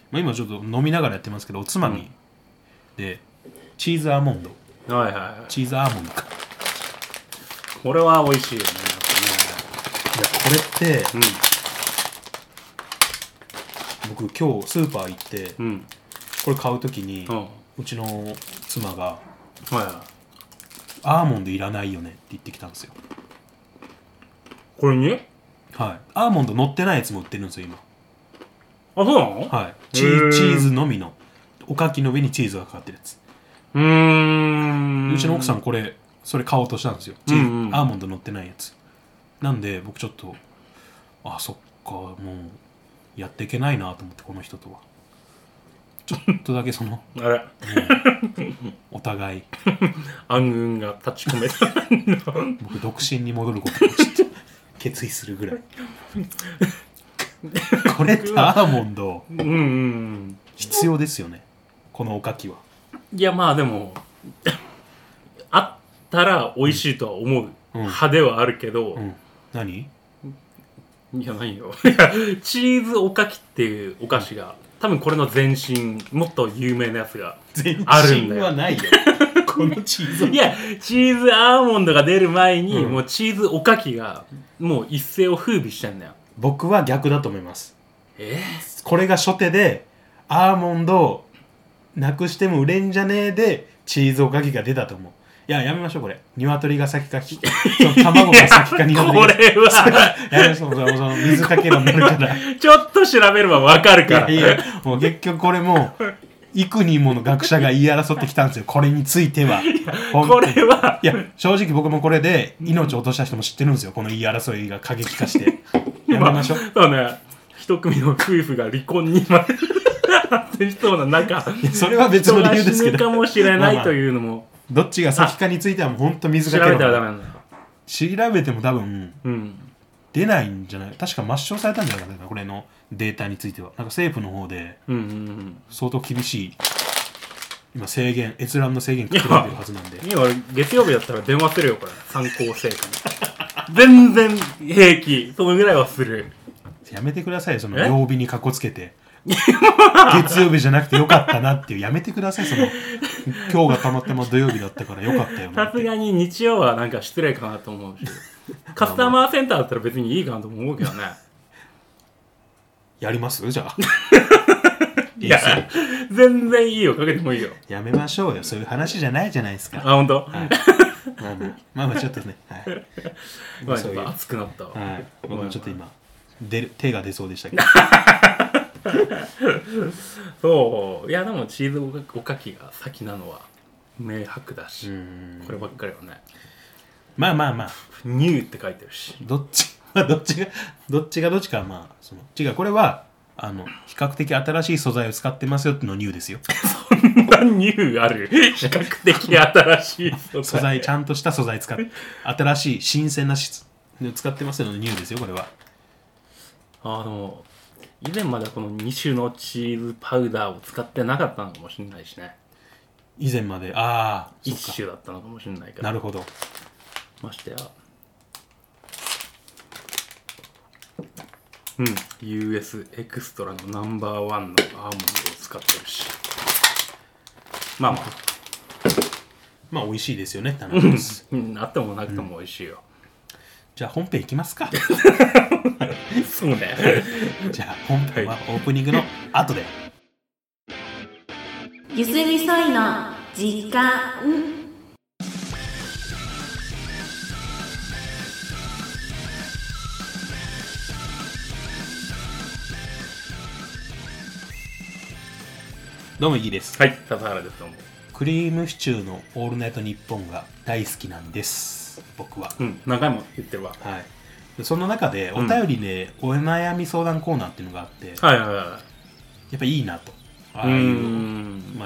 まあ、今ちょっと飲みながらやってますけど、おつまみでチーズアーモンド、 はいはいはい、 チーズアーモンドか。 これは美味しいよね。 いやこれって、 うん、 僕今日スーパー行って、 うん、 これ買うときに、うちの妻が、はいはい、アーモンドいらないよねって言ってきたんですよ。 これに？ はい。アーモンド乗ってないやつも売ってるんですよ今。 あ、そうなの？ はい。チーズのみのおかきの上にチーズがかかってるやつ。うちの奥さんそれ買おうとしたんですよ。アーモンド乗ってないやつ。なんで僕ちょっとそっか、もうやっていけないなと思って、この人とはちょっとだけそのあれお互い暗雲が立ち込めた僕独身に戻ることをちょっと決意するぐらいこれってアーモンド必要ですよね、このおかきは。 いやまあでもあったら美味しいとは思う派ではあるけど、 何？ いやないよチーズおかきっていうお菓子が多分これの前身、もっと有名なやつがあるんだよ。前身はないよこのチーズいやチーズアーモンドが出る前に、もうチーズおかきがもう一世を風靡してんだよ。 僕は逆だと思います。これが初手でアーモンドなくしても売れんじゃねえでチーズおかきが出たと思う。いや、やめましょうこれ。鶏が先かその卵が先か鶏がこれはやめましょう。その水かけろになるからちょっと調べればわかるから。 いやもう結局これも幾人もの学者が言い争ってきたんですよ、これについては。 これはいや正直僕もこれで命を落とした人も知ってるんですよ、この言い争いが過激化してやめましょう。 そうね、一組の夫婦が離婚に発展しそうな中、 それは別の理由ですけど、 人が死ぬかもしれないというのも、 どっちが先かについてはもう本当水かけろ。 調べたらダメなんだよ。 調べても多分、出ないんじゃない。確か抹消されたんじゃないかな、これのデータについては。なんか政府の方で相当厳しい今閲覧の制限かけられてるはずなんで。 今月曜日だったら電話するよこれ、参考成果に全然平気、そのぐらいはする。 やめてください、その曜日にかこつけて月曜日じゃなくてよかったなっていう、やめてください。その今日がたまたま土曜日だったからよかったよ。 さすがに日曜はなんか失礼かなと思うしカスタマーセンターだったら別にいいかなと思うけどねやりますじゃあいや全然いいよ、かけてもいいよ。 やめましょうよ、そういう話じゃないじゃないですか。 あ、本当？ はい、まあちょっとね、はい、 まあ、そういう熱くなったわ。 はい、僕もちょっと今手が出そうでしたけどそう、いやでもチーズおかきが先なのは明白だし、こればっかりはね。 まあニューって書いてるし、 どっちがどっちかはまあ違う、これは比較的新しい素材を使ってますよってのニューですよそんなニューある？比較的新しい素材ちゃんとした素材使って新しい新鮮な使ってますよのニューですよ、これは。 でも以前まではこの2種のチーズパウダーを使ってなかったのかもしれないしね。 以前まで一種だったのかもしれないから。 なるほど。 ましてやUS エクストラのナンバーワンのアーモンドを使ってるし、まあ美味しいですよね。 あってもなくても美味しいよ。 じゃあ本編いきますかそうねじゃあ本編はオープニングの後で。 ゆすみそいの時間。 どうもいいです。 はい、笹原です。どうも。 クリームシチューのオールナイトニッポンが大好きなんです、僕は。 何回も言ってるわ。 はい。その中でお便りでお悩み相談コーナーっていうのがあって、 やっぱいいなと。ああいう、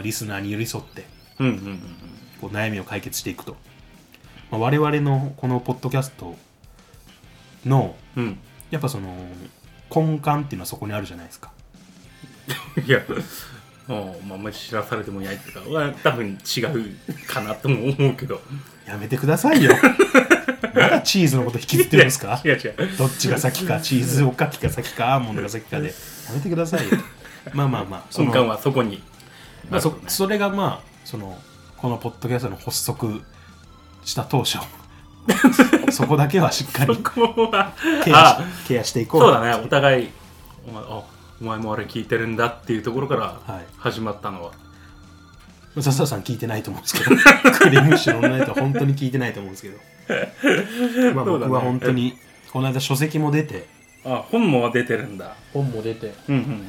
リスナーに寄り添って、こう悩みを解決していくと。我々のこのポッドキャストの、やっぱその根幹っていうのはそこにあるじゃないですか。 いや、あんまり知らされてもいないっていうかは多分違うかなとも思うけど。 やめてくださいよまだチーズのこと引きずってるんですか？ 違うどっちが先か、チーズおかきが先かアーモンドが先かでやめてくださいよまあまあまあ根幹はそこに、 まあ、それがまあこのポッドキャストの発足した当初そこだけはしっかりそこはケアしていこう。 そうだね、お互いお前もあれ聞いてるんだっていうところから始まったのは、 笹田さん聞いてないと思うんですけどクリームシロンナイトは本当に聞いてないと思うんですけどまあ僕は本当にこの間書籍も出て、 本も出てるんだ。 本も出て、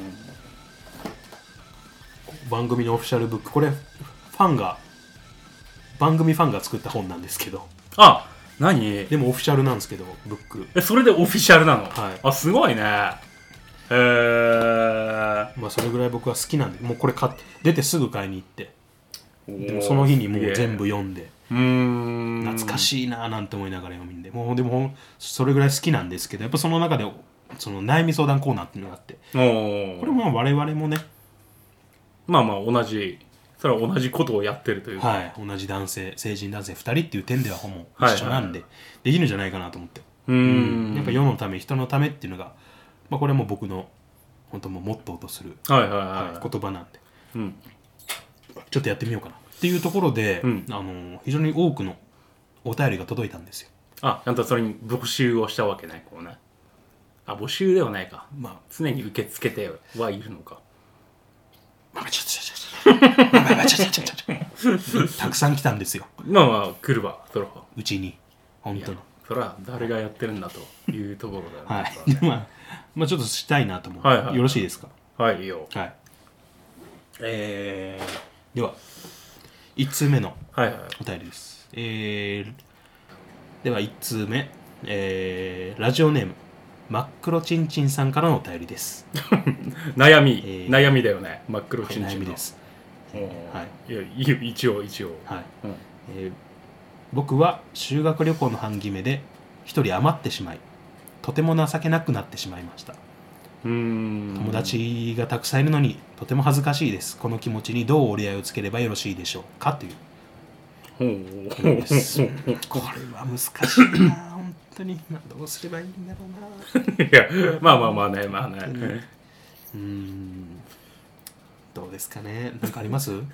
番組のオフィシャルブック、これ番組ファンが作った本なんですけど、 何？ でもオフィシャルなんですけどブック。 それでオフィシャルなの？ はい。 すごいね。まあそれぐらい僕は好きなんで、もうこれ出てすぐ買いに行って、でもその日にもう全部読んで、懐かしいななんて思いながら読みんで、もうでもそれぐらい好きなんですけど、やっぱその中でその悩み相談コーナーっていうのがあって、これも我々もね、 まあまあそれは同じことをやってるというか、 はい、同じ成人男性2人っていう点ではほぼ一緒なんで、できるんじゃないかなと思って、やっぱ世のため人のためっていうのが、まあ、これも僕の本当もモットーとする言葉なんで、ちょっとやってみようかなっていうところで、非常に多くのお便りが届いたんですよ。 ちゃんとそれに募集をしたわけね、こうね。募集ではないか、まあ、常に受け付けてはいるのか。 たくさん来たんですよ。 まあ来るわ、そらうちに本当にそら誰がやってるんだというところだよね。 はい。まあちょっとしたいなと思う。よろしいですか？ はい、いいよ。 はい。では1通目のお便りです。では1通目、ラジオネーム真っ黒ちんちんさんからのお便りです。 悩みだよね。真っ黒ちんちん悩みです。 はい。いや一応。はい。 僕は修学旅行の半決めで一人余ってしまい、とても情けなくなってしまいました。友達がたくさんいるのにとても恥ずかしいです。この気持ちにどう折り合いをつければよろしいでしょうかという。これは難しいな本当に。どうすればいいんだろうな。 いや、まあね。 どうですかね。なんかあります？ い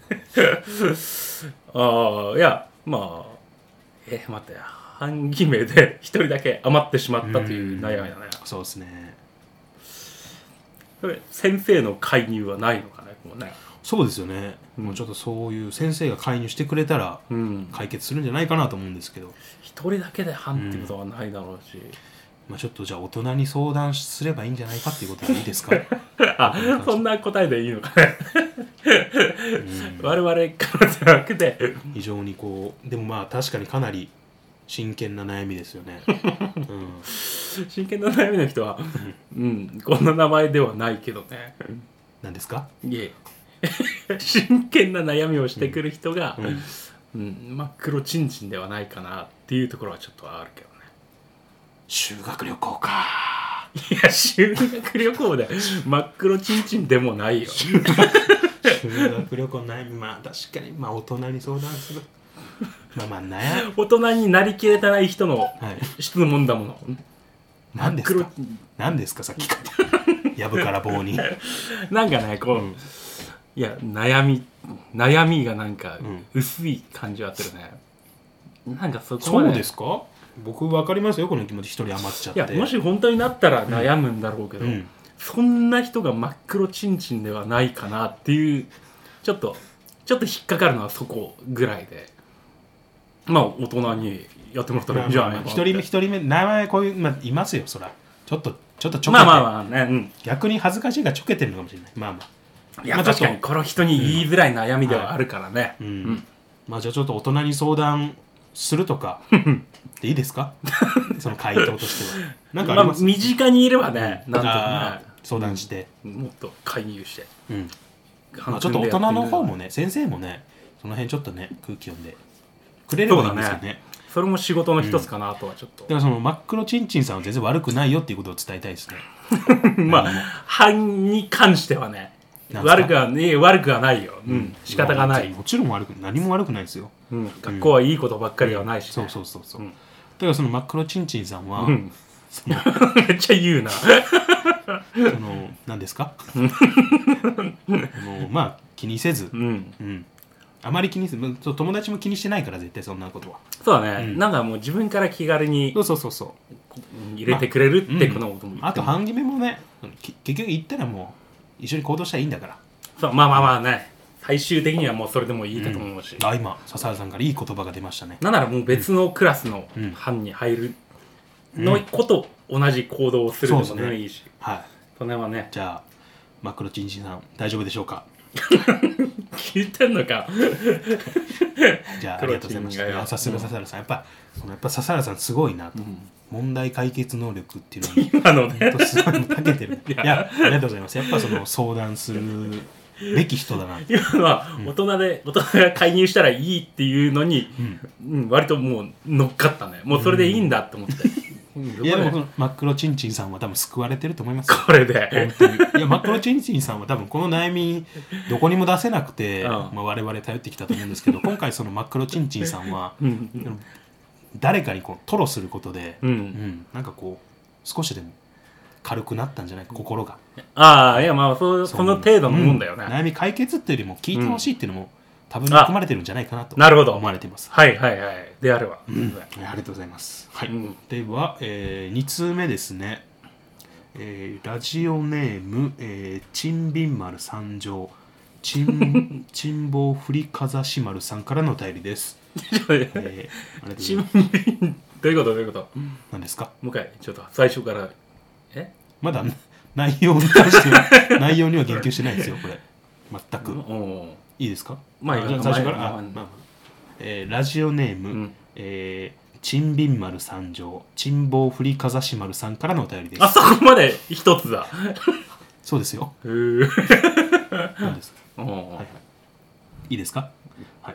や、まあ待って、半決めで一人だけ余ってしまったという悩みだね。 そうですね。 これ先生の介入はないのかね、もうね。 そうですよね。もうちょっとそういう先生が介入してくれたら解決するんじゃないかなと思うんですけど、 一人だけで半っていうことはないだろうし、 まあちょっとじゃあ大人に相談すればいいんじゃないかっていうことでいいですか？ そんな答えでいいのかね。我々からじゃなくて、 非常にでもまあ確かにかなり真剣な悩みですよね。 真剣な悩みの人は、こんな名前ではないけどね。 何ですか？ いえ真剣な悩みをしてくる人が、真っ黒ちんちんではないかなっていうところはちょっとあるけどね。 修学旅行か。 いや、修学旅行で真っ黒ちんちんでもないよ。 修学旅行ない。まあ確かに大人に相談する。 大人になりきれてない人の質問だもの。 何ですかさっきから。やぶから棒に。 なんかね、いや悩みがなんか薄い感じはするね。なんかそこまで。 そうですか？僕分かりますよ、この気持ち。一人余っちゃって。 いや、もし本当になったら悩むんだろうけど、そんな人が真っ黒ちんちんではないかなっていう、ちょっと引っかかるのはそこぐらいで、まあ大人にやってもらったらいいんじゃないかな。 一人目名前こういう、いますよ、そら。ちょっとちょけて、 まあね、 逆に恥ずかしいからちょけてるのかもしれない。 いや、確かにこの人に言いづらい悩みではあるからね。 まあじゃあちょっと大人に相談するとかでいいですか？その回答としてはなんかあります？ 身近にいればね、なんとかね、 相談して、 もっと介入して、 ちょっと大人の方もね、先生もね、その辺ちょっとね、空気読んでくれればいいんですよね。 それも仕事の一つかなとはちょっと。 だからその真っ黒ちんちんさんは全然悪くないよっていうことを伝えたいですね。 犯に関してはね、悪くはないよ。仕方がない。 もちろん何も悪くないですよ。 学校はいいことばっかりはないし。 そう。だからその真っ黒ちんちんさんは、 そのめっちゃ言うな。 何ですかまあ気にせず、あまり気にせず、友達も気にしてないから絶対そんなことは。 そうだね、なんかもう自分から気軽にそう入れてくれるってこのことも言って、 あと半決めもね、結局行ったらもう一緒に行動したらいいんだから。 そう、まあね、最終的にはもうそれでもいいかと思うし、 今笹原さんからいい言葉が出ましたね。 なんならもう別のクラスの班に入るのこと同じ行動をするのもね、いいし、 はい、 それはね。 じゃあマクロチンチンさん大丈夫でしょうか。 聞いてんのか。 じゃあありがとうございました。さすが笹原さん、やっぱ笹原さんすごいなと、問題解決能力っていうのに今のねすごい長けてる。いや、ありがとうございます。やっぱその相談するべき人だな。 今は大人が介入したらいいっていうのに、割ともう乗っかったね。もうそれでいいんだと思って。 いやでもマックロチンチンさんは多分救われてると思います。 これで本当に。いやマックロチンチンさんは多分この悩みどこにも出せなくて、我々頼ってきたと思うんですけど、今回そのマックロチンチンさんは誰かにこう吐露することで、なんかこう少しでも軽くなったんじゃないか、心が。 いやまあその程度のもんだよね。 悩み解決っていうよりも聞いてほしいっていうのも多分含まれてるんじゃないかなと思われています。 はいであるわ。 ありがとうございます。はい。では、2通目ですね。ラジオネーム、ちんびん丸参上、ちんぼうふりかざし丸さんからのお便りです。 ちんびんどういうこと？ 何ですか？ もう一回ちょっと最初からまだ内容に関しては内容には言及してないですよこれ全く。いいですか？ まあ最初からラジオネーム、ちんびん丸参上、ちんぼうふりかざし丸さんからのお便りです。 あそこまで一つだ。 そうですよ。何ですか？いいですか？はい。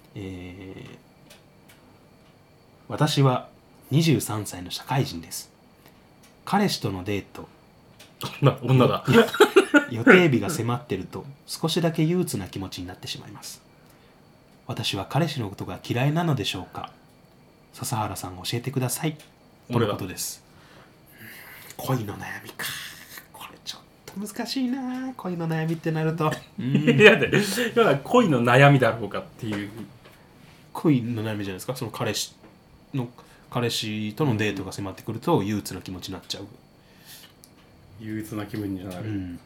私は23歳の社会人です。彼氏とのデート、 女だ。 予定日が迫ってると少しだけ憂鬱な気持ちになってしまいます。私は彼氏のことが嫌いなのでしょうか？笹原さん教えてください。ということです。恋の悩みか。これちょっと難しいな。恋の悩みってなると。 いやで、恋の悩みだろうかっていう。 恋の悩みじゃないですか。その彼氏とのデートが迫ってくると憂鬱な気持ちになっちゃう。 憂鬱な気分になる。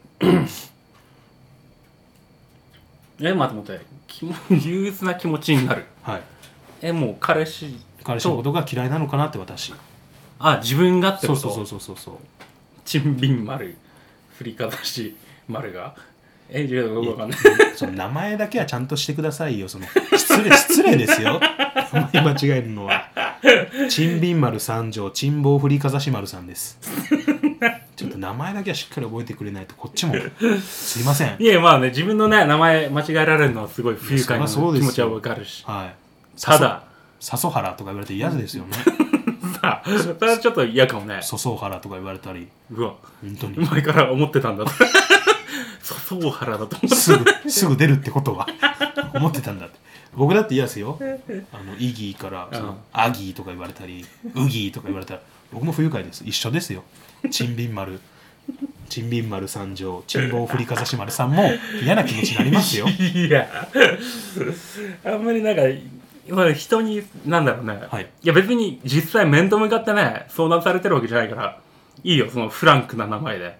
待って憂鬱な気持ちになる。 はい。 もう彼氏のことが嫌いなのかなって私。 自分がってこと？ そう。 ちんびん丸振りかざし丸が分かんない。 その名前だけはちゃんとしてくださいよ。その失礼ですよ。名前間違えるのは。ちんびん丸参上、ちんぼう振りかざし丸さんです。ちょっと名前だけはしっかり覚えてくれないとこっちもすいません。 いやまあね、自分のね名前間違えられるのはすごい不愉快な気持ちは分かるし。 はい。 ただ笹原とか言われて嫌ですよね。 さあそれはちょっと嫌かもね。 笹原とか言われたり。 うわ本当に前から思ってたんだ。笹原だと思ってすぐ出るってことは思ってたんだって。僕だって嫌ですよ。イギーからアギーとか言われたりウギーとか言われたら僕も不愉快です。一緒ですよ。ちんびん丸参上、ちんぼう振りかざし丸さんも嫌な気持ちになりますよ。 いやあんまりなんか人になんだろうね、いや別に実際面と向かってね相談されてるわけじゃないからいいよ、そのフランクな名前で。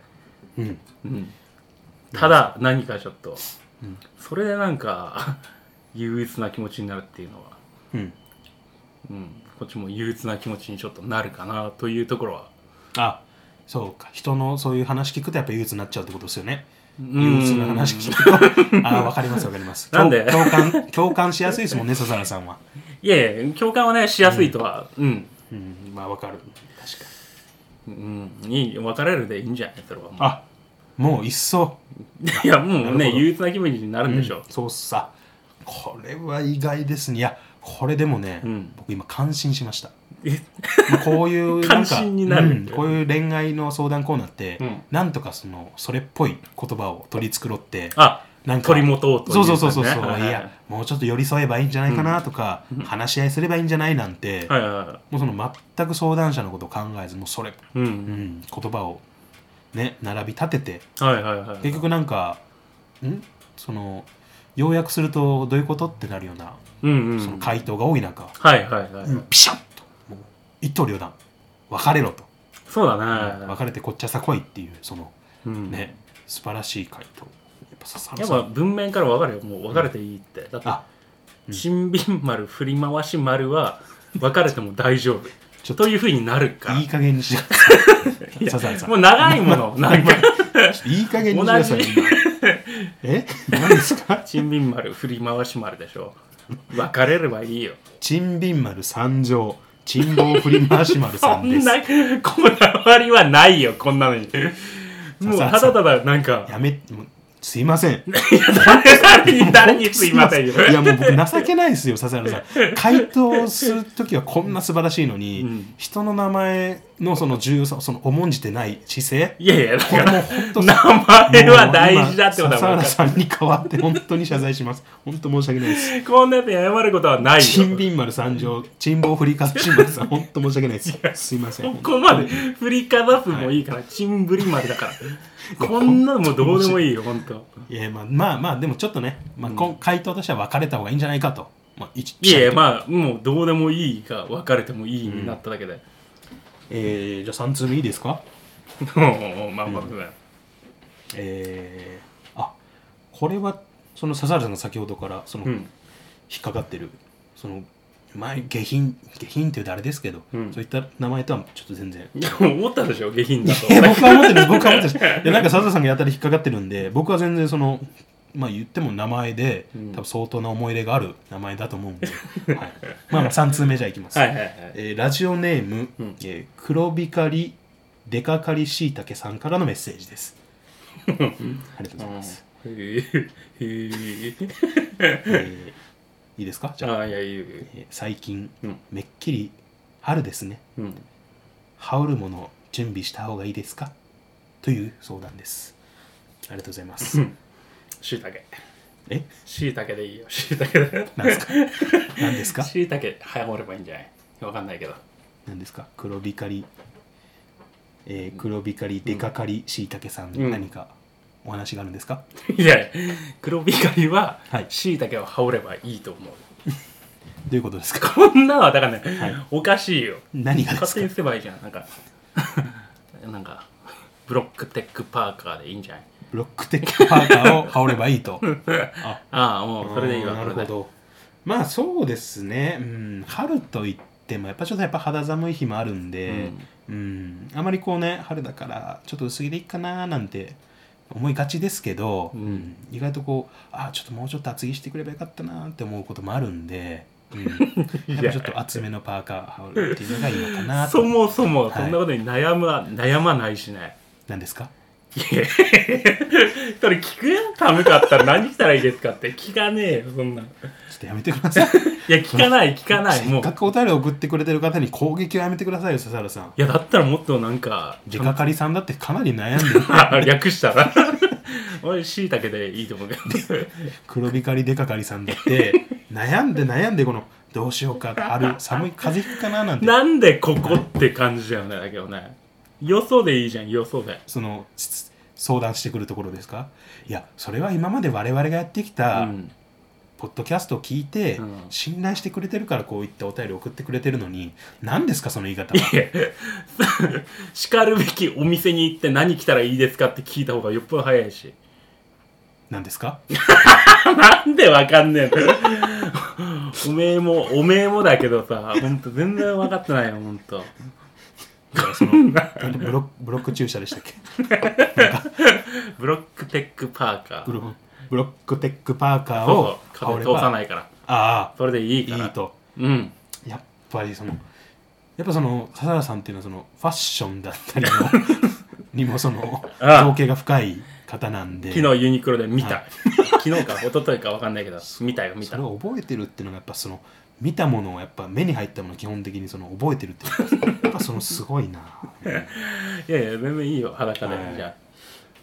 ただ何かちょっと、それでなんか憂鬱な気持ちになるっていうのは、こっちも憂鬱な気持ちにちょっとなるかなというところは。 そうか、人のそういう話聞くとやっぱ憂鬱になっちゃうってことですよね。憂鬱な話聞くとわかりますなんで共感しやすいですもんね、笹原さんは。 いや共感はねしやすいとはまあわかる。確かに別れるでいいんじゃない？それはもういっそいやもうね憂鬱な気分になるんでしょ。 そうさ、これは意外ですね。いやこれでもね、僕今感心しました。こういう関心になる、 こういう恋愛の相談コーナーって、なんとかそれっぽい言葉を取り繕ってなんか取り持とうというか、ね、 そう、いやもうちょっと寄り添えばいいんじゃないかなとか、話し合いすればいいんじゃないなんて、もうその全く相談者のことを考えずもうそれ、言葉をね並び立てて、結局なんかその要約するとどういうことってなるような、その回答が多い中、ピシャッともう一刀両断別れろと。 そうだね、 別れてこっちゃさ来いっていうその、ね素晴らしい回答。 やっぱ文面から分かるよ、もう別れていいって、だってちんびん丸振り回し丸は別れても大丈夫というふうになるから、 いい加減にしてください。 もう長いものなんかいい加減にしてください。何ですか？ ちんびん丸振り回し丸でしょ。別れればいいよ。 ちんびん丸参上、ちんぼう振り回し丸さんです。 そんなこだわりはないよ、こんなのに。もうただただなんかすいません。 誰にすいませんよ。 いやもう僕情けないですよ、笹原さん。回答するときはこんな素晴らしいのに、人の名前のその重要さ、その重んじてない姿勢。 いやいや、だからもう本当名前は大事だってことは笹原さんに代わって本当に謝罪します。本当申し訳ないです。 こんなやつに謝ることはないよ。 ちんびん丸参上、ちんぼう振りかざし丸さん、本当申し訳ないです。すいません。 ここまで振りかざすもいいから、ちんぶり丸だから。こんなのもうどうでもいいよ、本当。 いやまあでもちょっとね、回答としては別れた方がいいんじゃないかと。 いやもうどうでもいいが別れてもいいになっただけで。 じゃあ3通目いいですか？これはその笹原さんが先ほどからその引っかかってるその下品っていうとあれですけど、そういった名前とはちょっと全然。 いや思ったでしょ、下品だと。 僕は思ってるなんか笹原さんがやたら引っかかってるんで、僕は全然その言っても名前で、多分相当な思い入れがある名前だと思うんで、3通目じゃいきます。ラジオネーム、黒光りデカカリシイタケさんからのメッセージです。ありがとうございます。いいですか？じゃあ、最近、めっきり春ですね。羽織るもの準備した方がいいですか？という相談です。ありがとうございます。 しいたけ。 しいたけでいいよ。しいたけで。 何ですか？ しいたけ羽織ればいいんじゃない？わかんないけど。 何ですか？黒光りデカカリしいたけさん、何かお話があるんですか？ いや黒光りはしいたけを羽織ればいいと思う。 どういうことですか？ こんなのはだからね、おかしいよ。 何がですか？ 勝手にすればいいじゃん。なんかブロックテックパーカーでいいんじゃない？ ブロックテックパーカーを羽織ればいいと。 もうそれでいいわ。 なるほど。そうですね。春といってもやっぱ肌寒い日もあるんで、あまりこうね、春だからちょっと薄着でいいかななんて思いがちですけど、意外とこうちょっともうちょっと厚着してくればよかったなって思うこともあるんで、やっぱちょっと厚めのパーカー羽織るっていうのがいいのかなと。 そもそもそんなことに悩まないしね。 何ですか？ いやそれ聞くよ。寒かったら何したらいいですかって聞かねえよ、そんな。ちょっとやめてください。 いや聞かないせっかくお便り送ってくれてる方に攻撃をやめてくださいよ、笹原さん。 いやだったらもっとなんかデカカリさんだってかなり悩んでる。 略したら俺しいたけでいいと思うけど。 黒光りデカカリさんだって悩んでこのどうしようか、寒い風邪ひくかななんて。 なんでここって感じだよね。だけどね、よそでいいじゃん。よそでその相談してくるところですか？いやそれは今まで我々がやってきた、ポッドキャストを聞いて、信頼してくれてるからこういったお便り送ってくれてるのに、何ですかその言い方は。 しかるべきお店に行って何着たらいいですかって聞いた方がよっぽど早いし。 何ですか？ なんでわかんねえの。おめえもだけどさ、ほんと全然分かってないよ、ほんと。 そのブロック注射でしたっけ？ ブロックテックパーカー。 ブロックテックパーカーを風通さないから。それでいいから。 いいと。やっぱりその笹原さんっていうのはそのファッションだったりにもその造形が深い方なんで。 昨日ユニクロで見た。昨日か一昨日か分かんないけど見た。 それを覚えてるっていうのがやっぱその見たものをやっぱ目に入ったものを基本的にその覚えてるっていうやっぱそのすごいな。 いや全然いいよ、裸で。じゃあ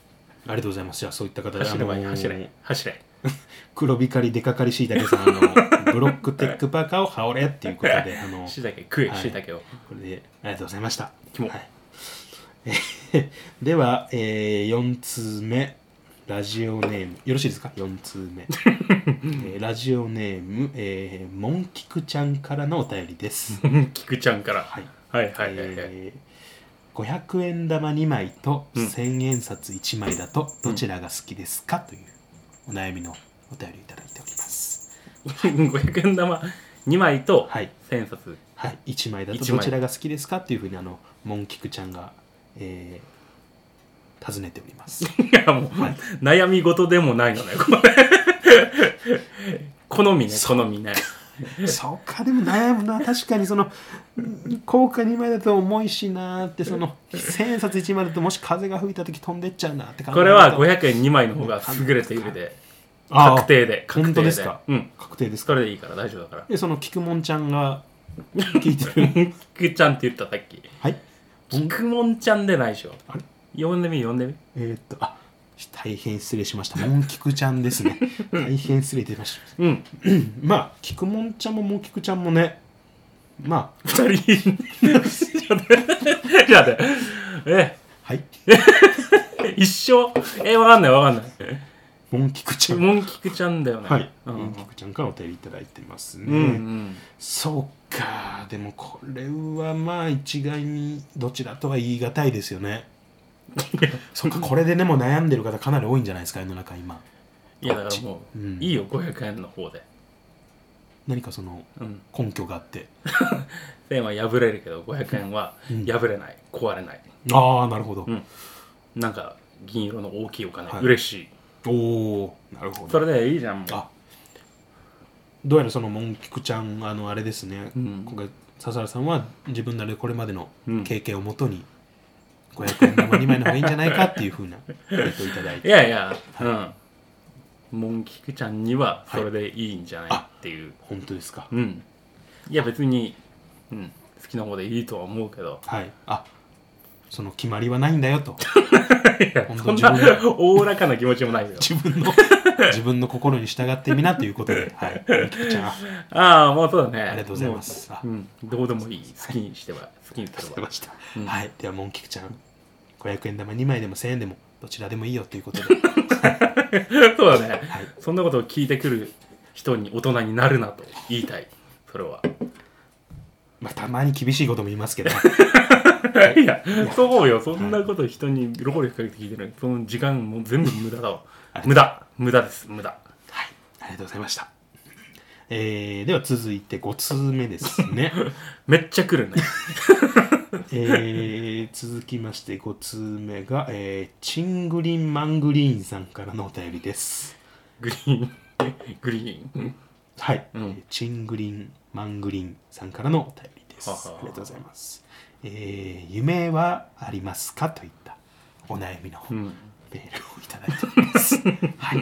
りがとうございます。じゃあそういった方で走ればいい、走れ黒光りデカカリしいたけさんブロックテックパーカーを羽織れっていうことでしいたけ食え、しいたけをこれでありがとうございました。 はいでは、4通目ラジオネームよろしいですか。4通目、ラジオネーム、モンキクちゃんからのお便りです。 モンキクちゃんから、 はいはいはいはい、はい、 500円玉2枚と1000円札1枚だとどちらが好きですか、というお悩みのお便りいただいております。 500円玉2枚と 1000 円札、 はい、1枚だとどちらが好きですかっていうふうにモンキクちゃんが、尋ねております。いやもう、悩み事でもないのねこれ好みね好みねそうか、でも悩むな。確かに硬貨2枚だと重いしなーって、1000円札1枚だともし風が吹いた時飛んでっちゃうなって感じ。 これは500円2枚の方が優れているで、確定で。 本当ですか。確定ですか。 それでいいから大丈夫だから。 でキクモンちゃんが聞いてるキクちゃんって言ったさっき。 はい、 キクモンちゃんでないでしょ。あれ呼んでみ大変失礼しました。モンキクちゃんですね。大変失礼いたしました。まあキクモンちゃんもモンキクちゃんもね、まあ 2人じゃあはい一生わかんないモンキクちゃんだよね。 はい、モンキクちゃんからお便りいただいてますね。そうか、でもこれはまあ一概にどちらとは言い難いですよね。そっか、これでねも悩んでる方かなり多いんじゃないですか、世の中今。 いやだからもう、いいよ500円の方で。 何か根拠があって 1000円は破れるけど500円は破れない、壊れない。 ああ、なるほど。 なんか銀色の大きいお金、嬉しい。 おお、なるほど。 それでいいじゃん。 どうやらモンキクちゃんあれですね、今回笹原さんは自分なりでこれまでの経験をもとに、500円玉2枚の方がいいんじゃないかっていうふうな回答いただいて。 いやいや、モンキクちゃんにはそれでいいんじゃないっていう。 本当ですか。 いや別に、好きな方でいいとは思うけど。 はい。その決まりはないんだよと。 そんなおおらかな気持ちもないよ。 自分の心に従ってみなということで、はい。モンキクちゃん。 もうそうだね。 ありがとうございます。 どうでもいい。好きにすれば。 ました。はい。ではモンキクちゃん、500円玉2枚でも1000円でもどちらでもいいよということで。 そうだね。そんなことを聞いてくる人に大人になるなと言いたい。それは。 まあたまに厳しいことも言いますけど。 いや、そうよ。そんなこと人にロコリかけて聞いてる。その時間も全部無駄だわ。無駄です。無駄。 はい。ありがとうございました。では続いて5通目ですね。 めっちゃ来るね。 続きまして5通目が、チングリンマングリーンさんからのお便りです。 グリーンはい、チングリンマングリーンさんからのお便りです。ありがとうございます。夢はありますかといったお悩みのメールをいただいております。はい。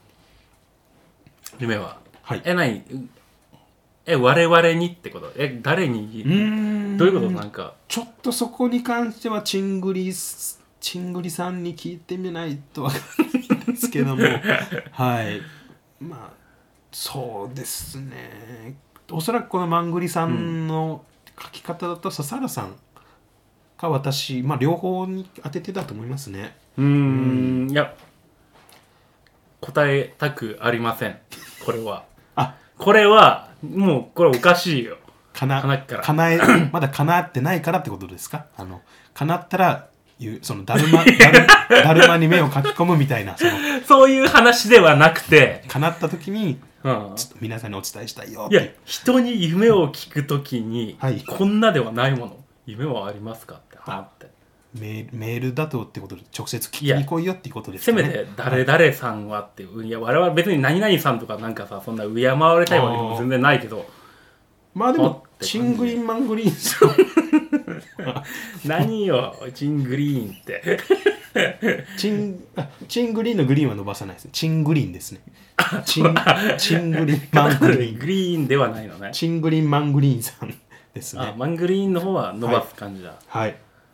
夢は、何我々にってこと？誰に？どういうこと？なんかちょっとそこに関してはチングリさんに聞いてみないとわからないんですけども、はい。まあそうですね。おそらくこのマングリさんの書き方だと笹原さんか私、両方に当ててたと思いますね。 いや答えたくありません。これはこれはもうこれおかしいよ。 まだ叶ってないからってことですか？叶ったらそのだるまに目を書き込むみたいなそういう話ではなくて、 叶った時にちょっと皆さんにお伝えしたいよって。 いや、人に夢を聞く時に、こんなではないもの、夢はありますかって話って。 メールだとってことで直接聞きに来いよっていうことですかね。せめて誰々さんはっていう、いや我々は別に何々さんとかなんかさ、そんな敬われたいわけでも全然ないけど、 でもチングリーンマングリーンさん何よチングリーンってチングリーンのグリーンは伸ばさないですね。チングリーンですね。チングリーンマングリーン。 グリーンではないのね。 チングリーンマングリーンさんですね。 マングリーンの方は伸ばす感じだ。 はい。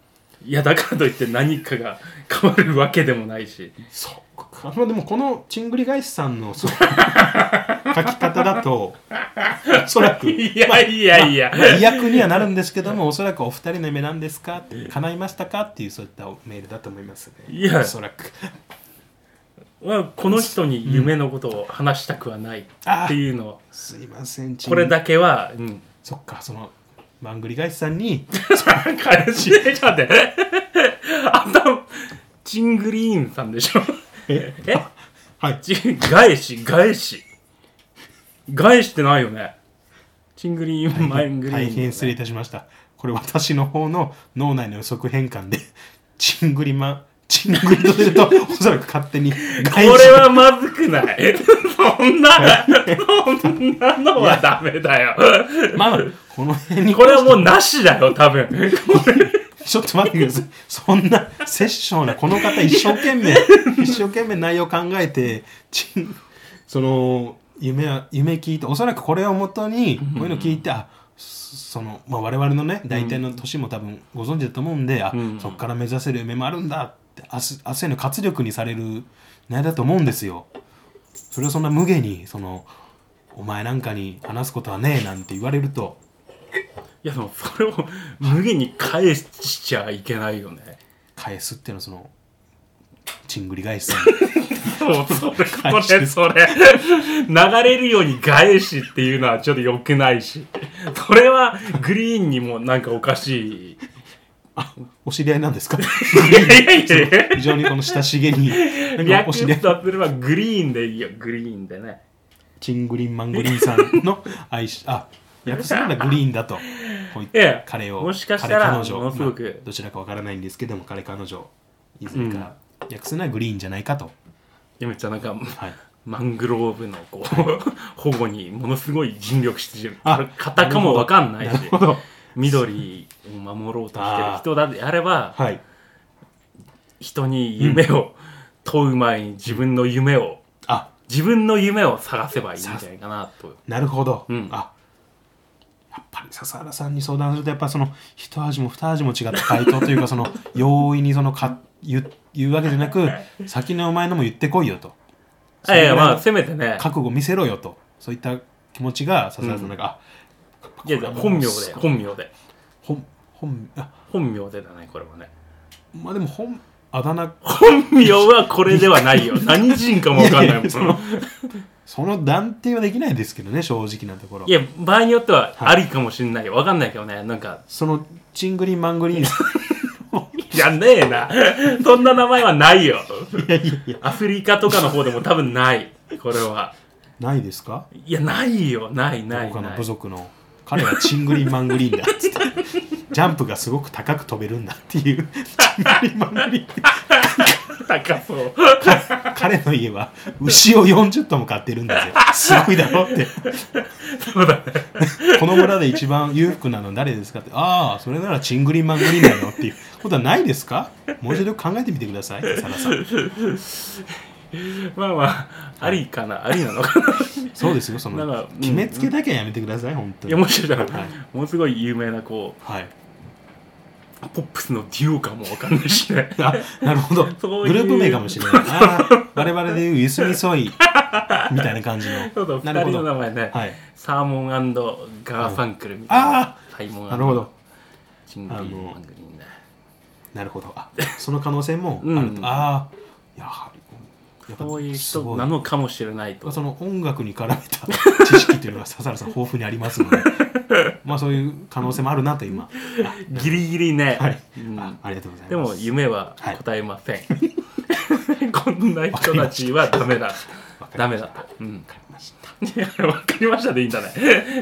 いやだからといって何かが変わるわけでもないし。 そうか。まあでもこのチングリ返しさんの書き方だとおそらくいやいやいや、 意訳にはなるんですけども、おそらくお二人の夢なんですか、叶いましたかっていうそういったメールだと思いますね。 いやおそらくこの人に夢のことを話したくはないっていうのを、 すいません、 これだけは、 そっか、そのマングリ返しさんに彼氏ちょっと待ってあんたチングリーンさんでしょ。 えはい、 返しってないよね。チングリーン、マングリーン、 大変失礼いたしました。これ私の方の脳内の予測変換でチングリと出るとおそらく勝手にこれはまずくないそんなのはダメだよ。 まあこの辺にこれはもうなしだよ多分。 ちょっと待ってください。そんなセッションなこの方一生懸命内容考えてその夢聞いて、おそらくこれをもとにこういうの聞いて、まあ、我々のね大体の年も多分ご存知だと思うんで、そこから目指せる夢もあるんだって明日への活力にされる内容だと思うんですよ。それをそんな無下にお前なんかに話すことはねえなんて言われると、 いやでもそれを無限に返しちゃいけないよね。 返すっていうのはチングリ返しさんそれ流れるように返しっていうのはちょっと良くないし、それはグリーンにもなんかおかしい。 お知り合いなんですか？ いや非常にこの親しげに略すとすればグリーンでいいよ。グリーンでね、 チングリンマングリーンさんの訳すならグリーンだとこういった彼を、 もしかしたら彼女ものすごく、 どちらかわからないんですけども、彼女いずれか訳すならグリーンじゃないかと。 めっちゃなんか、マングローブのこう保護にものすごい尽力してる方かもわかんないし、緑を守ろうとしてる人であれば、人に夢を問う前に自分の夢を探せばいいんじゃないかなと。 なるほど。やっぱり笹原さんに相談すると、やっぱその一味も二味も違った回答というか、その容易に言うわけじゃなく、先のお前のも言ってこいよと。 まあせめてね、 覚悟見せろよと、そういった気持ちが笹原さんなんか、 いや本名で本名でだね、これはね。 まあでもあだ名本名はこれではないよ。何人かも分かんないもん。 その断定はできないですけどね、正直なところ。 いや場合によってはありかもしれないよ。分かんないけどね、なんかそのチングリンマングリーンいやねえな、そんな名前はないよ。 いやアフリカとかの方でも多分ない。これはないですか？ いやないよ、ない他の部族の彼はチングリンマングリーンだっつってジャンプがすごく高く飛べるんだっていうチングリンマングリーン高そう彼の家は牛を40頭も飼ってるんですよ。すごいだろって。 そうだね。 この村で一番裕福なの誰ですかって、それならチングリンマングリーンだよっていうことはないですか？もう一度考えてみてください、サラさん。 まあありかな、ありなのかな。 そうですよ、その決めつけだけはやめてください、本当に。 いやもしかしたら、ものすごい有名なこう、ポップスのデュオかもわかんないしね。 なるほど。グループ名かもしれない。我々でいうユスミソイみたいな感じの。 そうだ、2人の名前ね、サーモン&ガーファンクルみたいな。 なるほど。 チングリーンマングリーンね。 なるほど。その可能性もあると。やはりそういう人なのかもしれないと。 その音楽に絡めた知識というのが笹原さん豊富にありますのでまあそういう可能性もあるなと今ギリギリね、 ありがとうございます。 でも夢は答えません、こんな人たちはダメだと。 分かりました分かりましたでいいんだね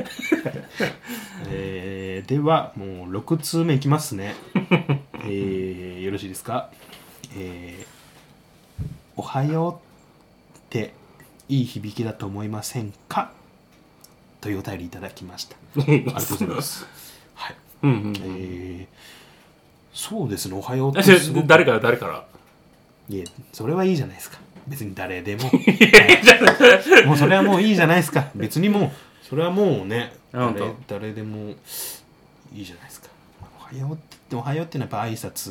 ではもう6通目いきますねよろしいですか？おはようっていい響きだと思いませんか？というお便りいただきました。ありがとうございます。はい。そうですね、おはようってすごく誰からいえ、それはいいじゃないですか。別に誰でも。もうそれはもういいじゃないですか。別にもうそれはもうね、誰でもいいじゃないですか。おはようって言って、おはようっていうのはやっぱ挨拶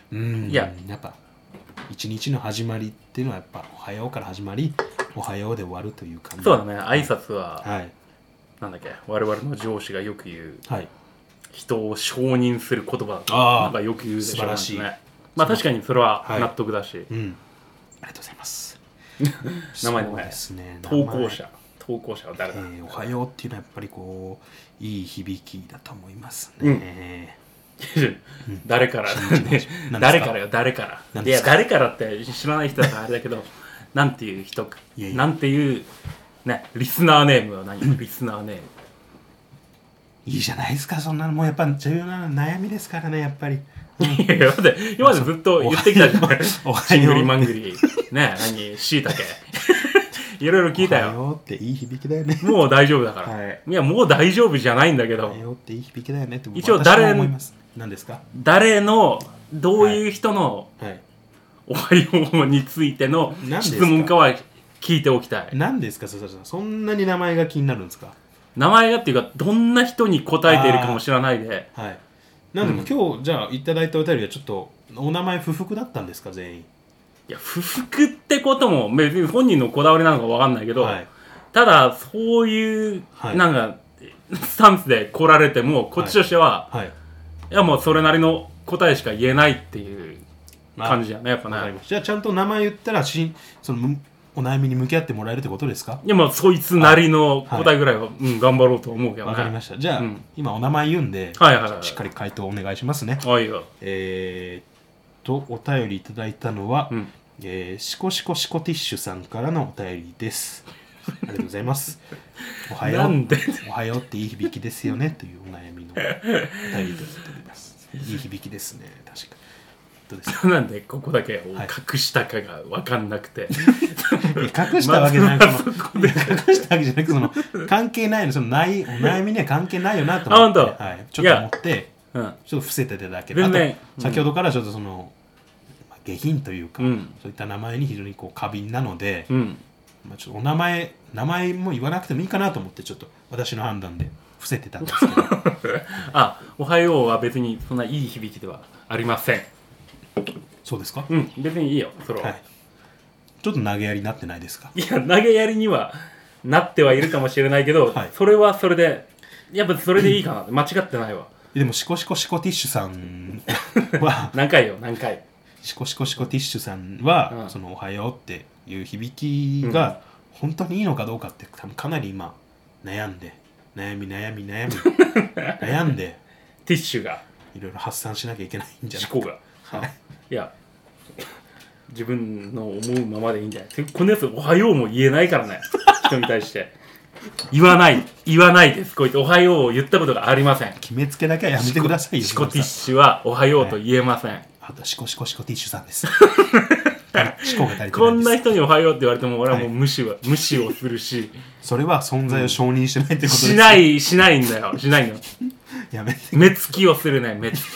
いややっぱ一日の始まりっていうのはやっぱおはようから始まりおはようで終わるという感じ。 そうだね、挨拶は、 はい、 なんだっけ、我々の上司がよく言う、 はい、 人を承認する言葉だとなんかよく言うでしょ。 素晴らしい、 ね、まあ確かにそれは納得だし、 はい、うん、ありがとうございます。 名前ですね、 投稿者は誰だ、 おはようっていうのはやっぱりこういい響きだと思いますね、 誰から誰からよ、誰から、いや誰からって知らない人だからあれだけどなんていう人か、なんていうね、リスナーネームは何リスナーネームいいじゃないですか、そんなのもうやっぱ重要な悩みですからね、やっぱり。 いやいや、今までずっと言ってきたじゃん。シングリマングリね、しいたけいろいろ聞いたよ。 おはようっていい響きだよね。 もう大丈夫だから、いやもう大丈夫じゃないんだけど、 おはようっていい響きだよねって一応誰思います。何ですか、 誰のどういう人のおはようについての質問かは聞いておきたい。 何ですか、そんなに名前が気になるんですか。 名前がっていうか、どんな人に答えているかも知らないで。 はい。なんでも今日じゃあいただいたお便りはちょっとお名前不服だったんですか、全員。 いや、不服ってことも別に本人のこだわりなのか分かんないけど、 はい、 ただそういうなんかスタンスで来られてもこっちとしては、はいはい、いやもうそれなりの答えしか言えないっていう感じやね、やっぱね。 じゃあちゃんと名前言ったらそのお悩みに向き合ってもらえるってことですか。 いや、まあそいつなりの答えぐらいは、頑張ろうと思うけどね。 わかりました。じゃあ、今お名前言うんで、しっかり回答お願いしますね。 はいよ。 お便りいただいたのは、シコシコシコティッシュさんからのお便りです。ありがとうございます。おはよう。おはようっていい響きですよねというお悩みのお便りいただいております。いい響きですね、確か。 なんでここだけ隠したかが分かんなくて、 隠したわけじゃなくて、隠したわけじゃなくて、その関係ないの、そのお悩みには関係ないよなと思って、ちょっと思って、ちょっと伏せてただけで、あと先ほどからちょっとその下品というか、そういった名前に非常にこう過敏なので、ちょっと名前も言わなくてもいいかなと思って、ちょっと私の判断で伏せてたんですけどおはようは別にそんないい響きではありません。 そうですか。 別にいいよ、それは。 ちょっと投げやりになってないですか。 いや、投げやりにはなってはいるかもしれないけど、それはそれでやっぱそれでいいかなって、間違ってないわ。 でもシコシコシコティッシュさんは何回シコシコシコティッシュさんは、そのおはようっていう響きが本当にいいのかどうかって多分かなり今悩んで悩んでティッシュがいろいろ発散しなきゃいけないんじゃないか。 思考が、いや自分の思うままでいいんじゃない。このやつおはようも言えないからね人に対して言わないです。こう言っておはようを言ったことがありません。 決めつけだけはやめてくださいよ。 シコティッシュはおはようと言えません。 あとシコシコシコティッシュさんですシコが足りてないです。 こんな人におはようって言われても俺はもう無視をするし、 それは存在を承認してないってことです。 しないんだよやめて。 目つきをするね。目つ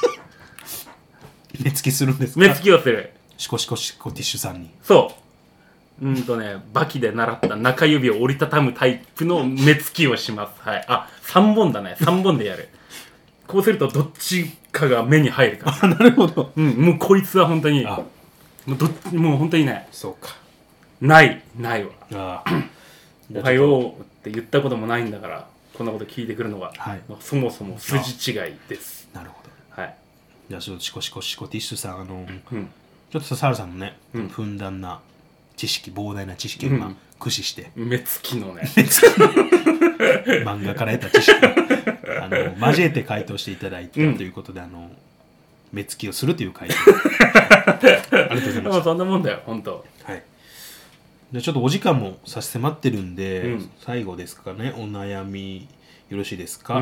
きするんですか。 目つきをする。 シコシコシコティッシュさんに。 そうバキで習った中指を折りたたむタイプの目つきをします。3本だね。3本でやる。こうするとどっちかが目に入るから。 なるほど。 もうこいつは本当にもう本当にね。 そうか。 ないわ。おはようって言ったこともないんだから、こんなこと聞いてくるのが、そもそも筋違いです。 なるほど。じゃあちょっとシコシコシコティッシュさん、ちょっと笹原さんのね、ふんだんな知識、膨大な知識を今駆使して、 目つきのね漫画から得た知識を交えて回答していただいたということで、目つきをするという回答ありがとうございました。 そんなもんだよ本当。 じゃあちょっとお時間も差し迫ってるんで、最後ですかね、お悩みよろしいですか。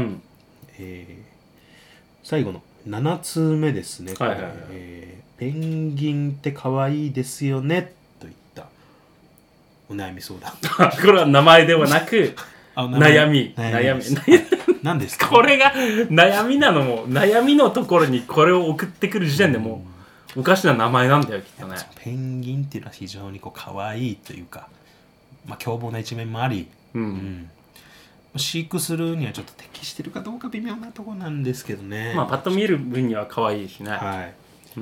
最後の7つ目ですね。ペンギンって可愛いですよねといったお悩み相談これは名前ではなく悩み何ですか。 これが悩みなのも、悩みのところにこれを送ってくる時点でもうおかしな名前なんだよきっとね。 ペンギンっていうのは非常にこう可愛いというか、凶暴な一面もあり、飼育するにはちょっと適してるかどうか微妙なところなんですけどね。 パッと見る分には可愛いしね。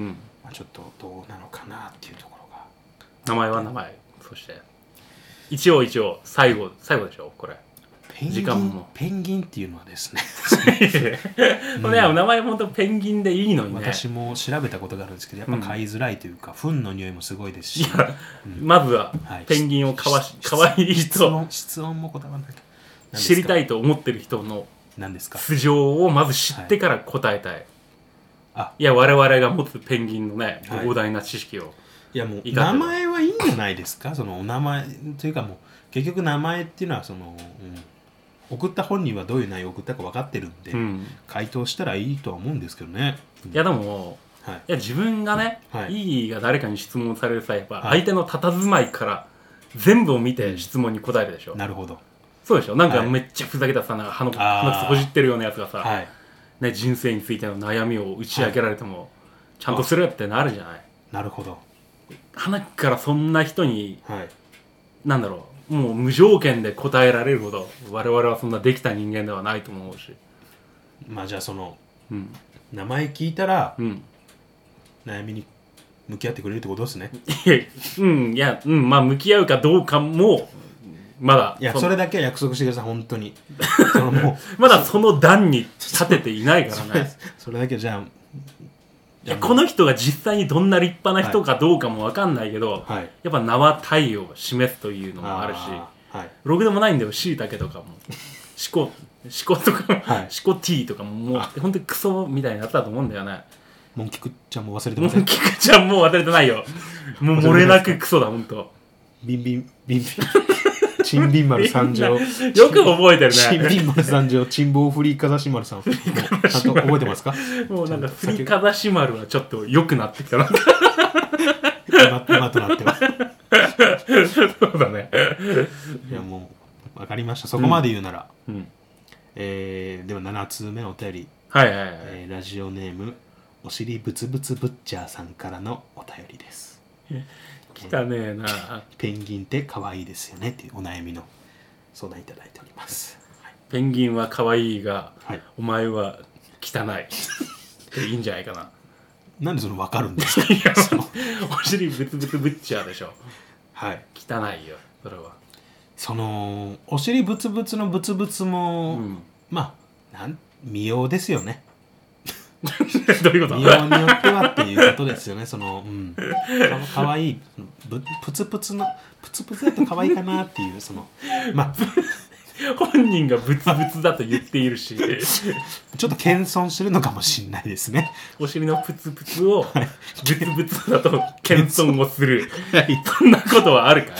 まあ、ちょっとどうなのかなっていうところが。 名前は名前、そして一応最後でしょこれ。時間もペンギンっていうのはですねこれ名前本当ペンギンでいいのにね。 私も調べたことがあるんですけど、やっぱ飼いづらいというか、糞の匂いもすごいですし、 まずはペンギンをかわいい人、 室温もこだわらなきゃ知りたいと思ってる人の素性をまず知ってから答えたい。いや我々が持つペンギンのね膨大な知識を、 いやもう名前はいいんじゃないですか。そのお名前というか、もう結局名前っていうのはその、送った本人はどういう内容を送ったか分かってるんで、回答したらいいとは思うんですけどね。 いやでも、いや自分がね、いいが誰かに質問される際、やっぱ相手の佇まいから全部を見て質問に答えるでしょ。 なるほど。 そうでしょ。なんかめっちゃふざけたさ、なんか鼻くそほじってるようなやつがさ、ね、人生についての悩みを打ち明けられても、ちゃんとするってなるじゃない。 なるほど。 鼻からそんな人に、なんだろう、もう無条件で答えられるほど我々はそんなできた人間ではないと思うし。 まあじゃあその、名前聞いたら、悩みに向き合ってくれるってことですね。 まあ向き合うかどうかもまだ、 いやそれだけは約束してください本当に。そのもうまだその段に立てていないからね。 それだけじゃあ、 いやこの人が実際にどんな立派な人かどうかも分かんないけど、やっぱ名は体を示すというのもあるし、ろくでもないんだよ。しいたけとかもしことか、しこ T とかももう本当にクソみたいになったと思うんだよね。 モンキクちゃんも忘れてません。 モンキクちゃんも忘れてないよ。もう漏れなくクソだ本当。 ビンビンチンビン丸参上。 よく覚えてるね。 チンビン丸参上、チンボウフリーカザシマルさん。ちゃんと覚えてますか？ もうなんかフリーカザシマルはちょっと良くなってきたな。 今となってます。 そうだね。 いやもう分かりました。そこまで言うなら。では7通目のお便り。ラジオネームおしりブツブツブッチャーさんからのお便りです。 汚ねえな。 ペンギンって可愛いですよねっていうお悩みの相談いただいております。 ペンギンは可愛いが、お前は汚いっていいんじゃないかな。 なんでその分かるんですか？ お尻ブツブツブッチャーでしょ。 はい。 汚いよそれは。 そのお尻ブツブツのブツブツも、まあ見ようですよね。 どういうこと？ 見ようによってはっていうことですよね。そのかわいいプツプツのプツプツだとかわいいかなっていうそのまあ本人がブツブツだと言っているしちょっと謙遜してるのかもしれないですね。 お尻のプツプツをブツブツだと謙遜をする、そんなことはあるか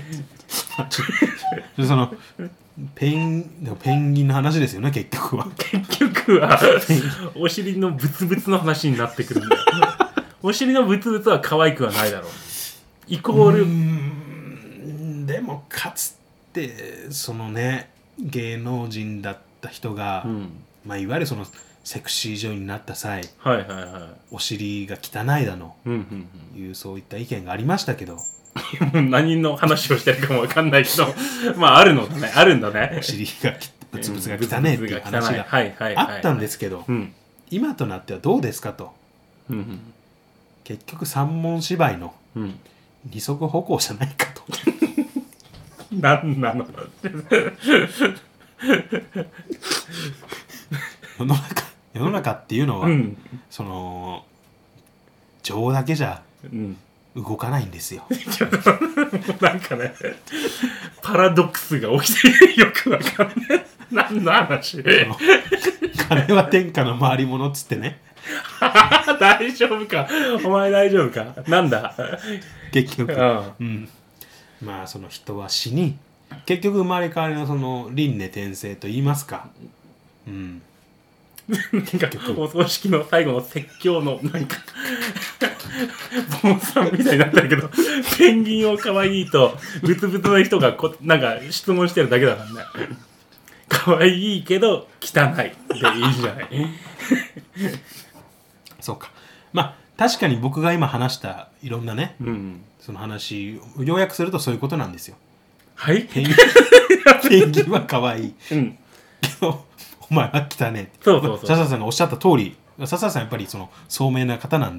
そのペンギンの話ですよね結局は。 結局はお尻のブツブツの話になってくるんだよ。お尻のブツブツは可愛くはないだろう。イコールでもかつてそのね芸能人だった人が、まあ、いわゆるそのセクシー女優になった際、お尻が汚いだの、いうそういった意見がありましたけど何の話をしてるかも分かんないけどまああるんだね。 お尻がブツブツが汚ねえっていう話があったんですけど、今となってはどうですかと、結局三文芝居の二足歩行じゃないかと。 何なの世の中っていうのは、その情だけじゃ動かないんですよ。 なんかねパラドックスが起きてよくわかんない。何の話？ 金は天下の回り物っつってね。 大丈夫かお前大丈夫か。なんだ結局、まあその人は死に結局生まれ変わりのその輪廻転生と言いますか、 なんかお葬式の最後の説教のなんか坊さんみたいになってるけど、ペンギンを可愛いとブツブツの人がなんか質問してるだけだからね。可愛いけど汚いでいいじゃない。 そうか。まあ確かに僕が今話したいろんなね、その話を要約するとそういうことなんですよ。 はい。 ペンギンは可愛い。けどお前は汚ねえ。 そう。 笹さんがおっしゃった通り、笹さんやっぱりその聡明な方なんで、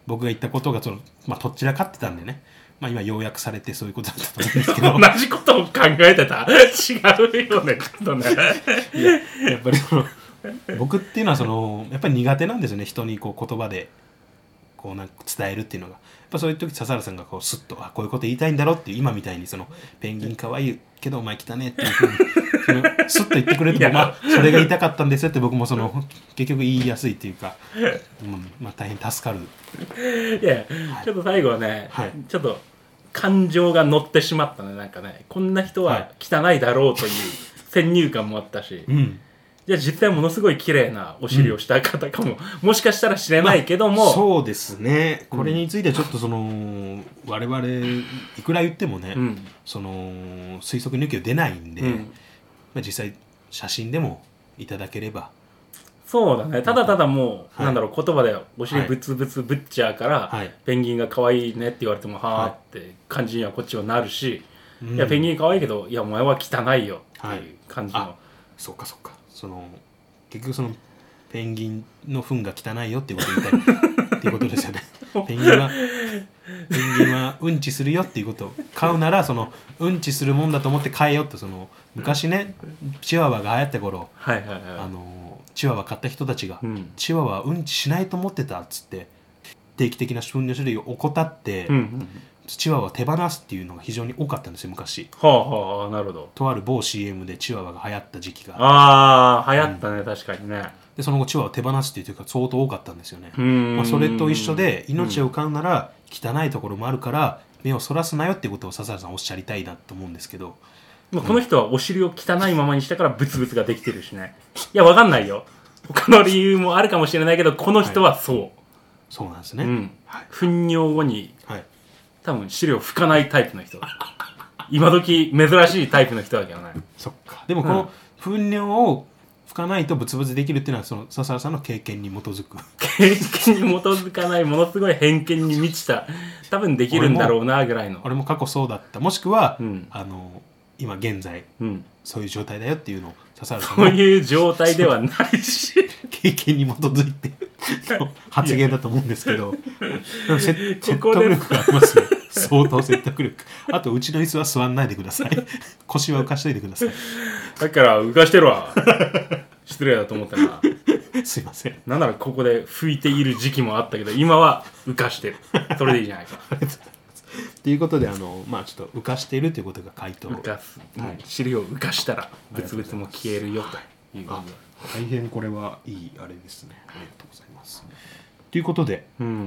僕が言ったことがとっちらかってたんでね、今要約されてそういうことだったと思うんですけど同じことを考えてた違うよねちょっとねやっぱり僕っていうのはやっぱり苦手なんですよね、人に言葉でなんか伝えるっていうのが。やっぱそういう時笹原さんがスッとこういうこと言いたいんだろっていう、今みたいにペンギン可愛いけどお前汚ねっていうふうにスッと言ってくれるとそれが言いたかったんですよって僕も結局言いやすいっていうか、大変助かる。 いや、ちょっと最後はね、ちょっと感情が乗ってしまったね。なんかね、こんな人は汚いだろうという先入観もあったし、じゃあ実際ものすごい綺麗なお尻をした方かも、もしかしたら知れないけども、 そうですね。これについてはちょっと我々いくら言ってもね、推測抜きは出ないんで、実際写真でもいただければ。 そうだね。ただただもう、言葉でお尻ブツブツぶっちゃうから、ペンギンが可愛いねって言われてもはーって感じにはこっちはなるし、いやペンギン可愛いけど、いやお前は汚いよっていう感じの。 そうかそうか。結局ペンギンの糞が汚いよっていうことを言いたいっていうことですよね。ペンギンはうんちするよっていうことを飼うならうんちするもんだと思って飼えよって昔ねチワワが流行った頃、チワワ買った人たちが、チワワはうんちしないと思ってたっつって定期的な糞の種類を怠って、チワワを手放すっていうのが非常に多かったんですよ昔。 なるほど。 とある某 CM でチワワが流行った時期が流行ったね、確かにね。 でその後チワワを手放すっていうというか相当多かったんですよね。それと一緒で命を飼うなら汚いところもあるから目をそらすなよっていうことを笹原さんおっしゃりたいなと思うんですけど、 この人はお尻を汚いままにしたからブツブツができてるしね。いやわかんないよ、他の理由もあるかもしれないけど、この人はそうなんですね。 糞尿後に多分尻を拭かないタイプの人今時珍しいタイプの人だけどね。 そっか。でもこの糞尿を拭かないとブツブツできるっていうのは笹原さんの経験に基づく経験に基づかないものすごい偏見に満ちた多分できるんだろうなぐらいの。 俺も過去そうだった、もしくは、今現在、そういう状態だよっていうのを笹原さんのそういう状態ではないし経験に基づいて発言だと思うんですけど説得力がありますね。相当説得力。あとうちの椅子は座んないでください。腰は浮かしといてください。 だから浮かしてるわ失礼だと思ったな。 すいません。 なんならここで拭いている時期もあったけど、今は浮かしてる。それでいいじゃないか。 ということでちょっと浮かしているということが回答。 浮かす、尻を浮かしたらブツブツも消えるよという。 大変これはいいあれですね。ありがとうございます。ということで、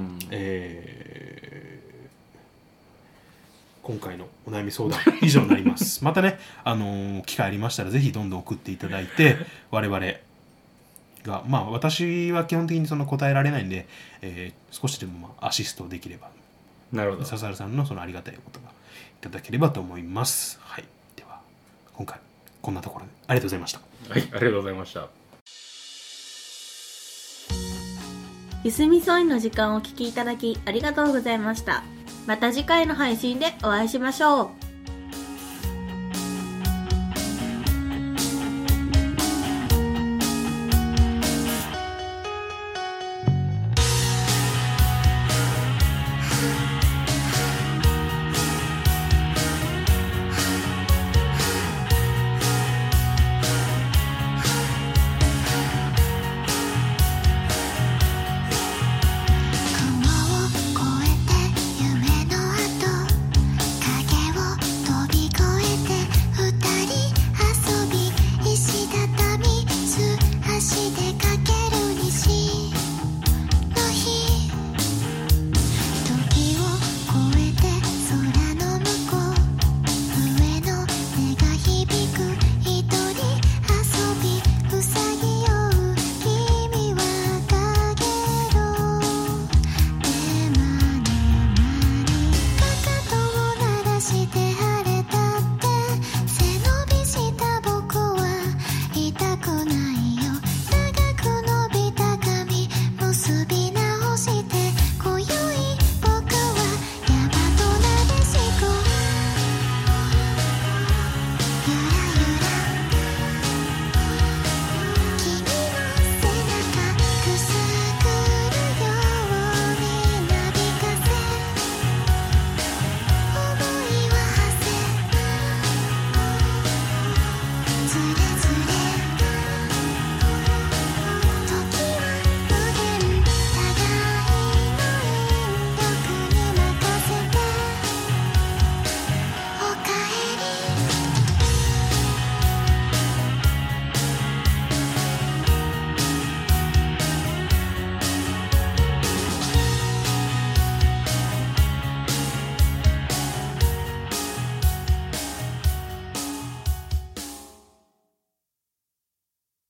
今回のお悩み相談以上になります。またね、機会ありましたらぜひどんどん送っていただいて、我々が私は基本的に答えられないんで、少しでもアシストできれば、 なるほど、 笹原さんのありがたいことがいただければと思います。はい、では今回こんなところでありがとうございました。 はい、ありがとうございました。 ゆすみそいの時間をお聞きいただきありがとうございました。また次回の配信でお会いしましょう。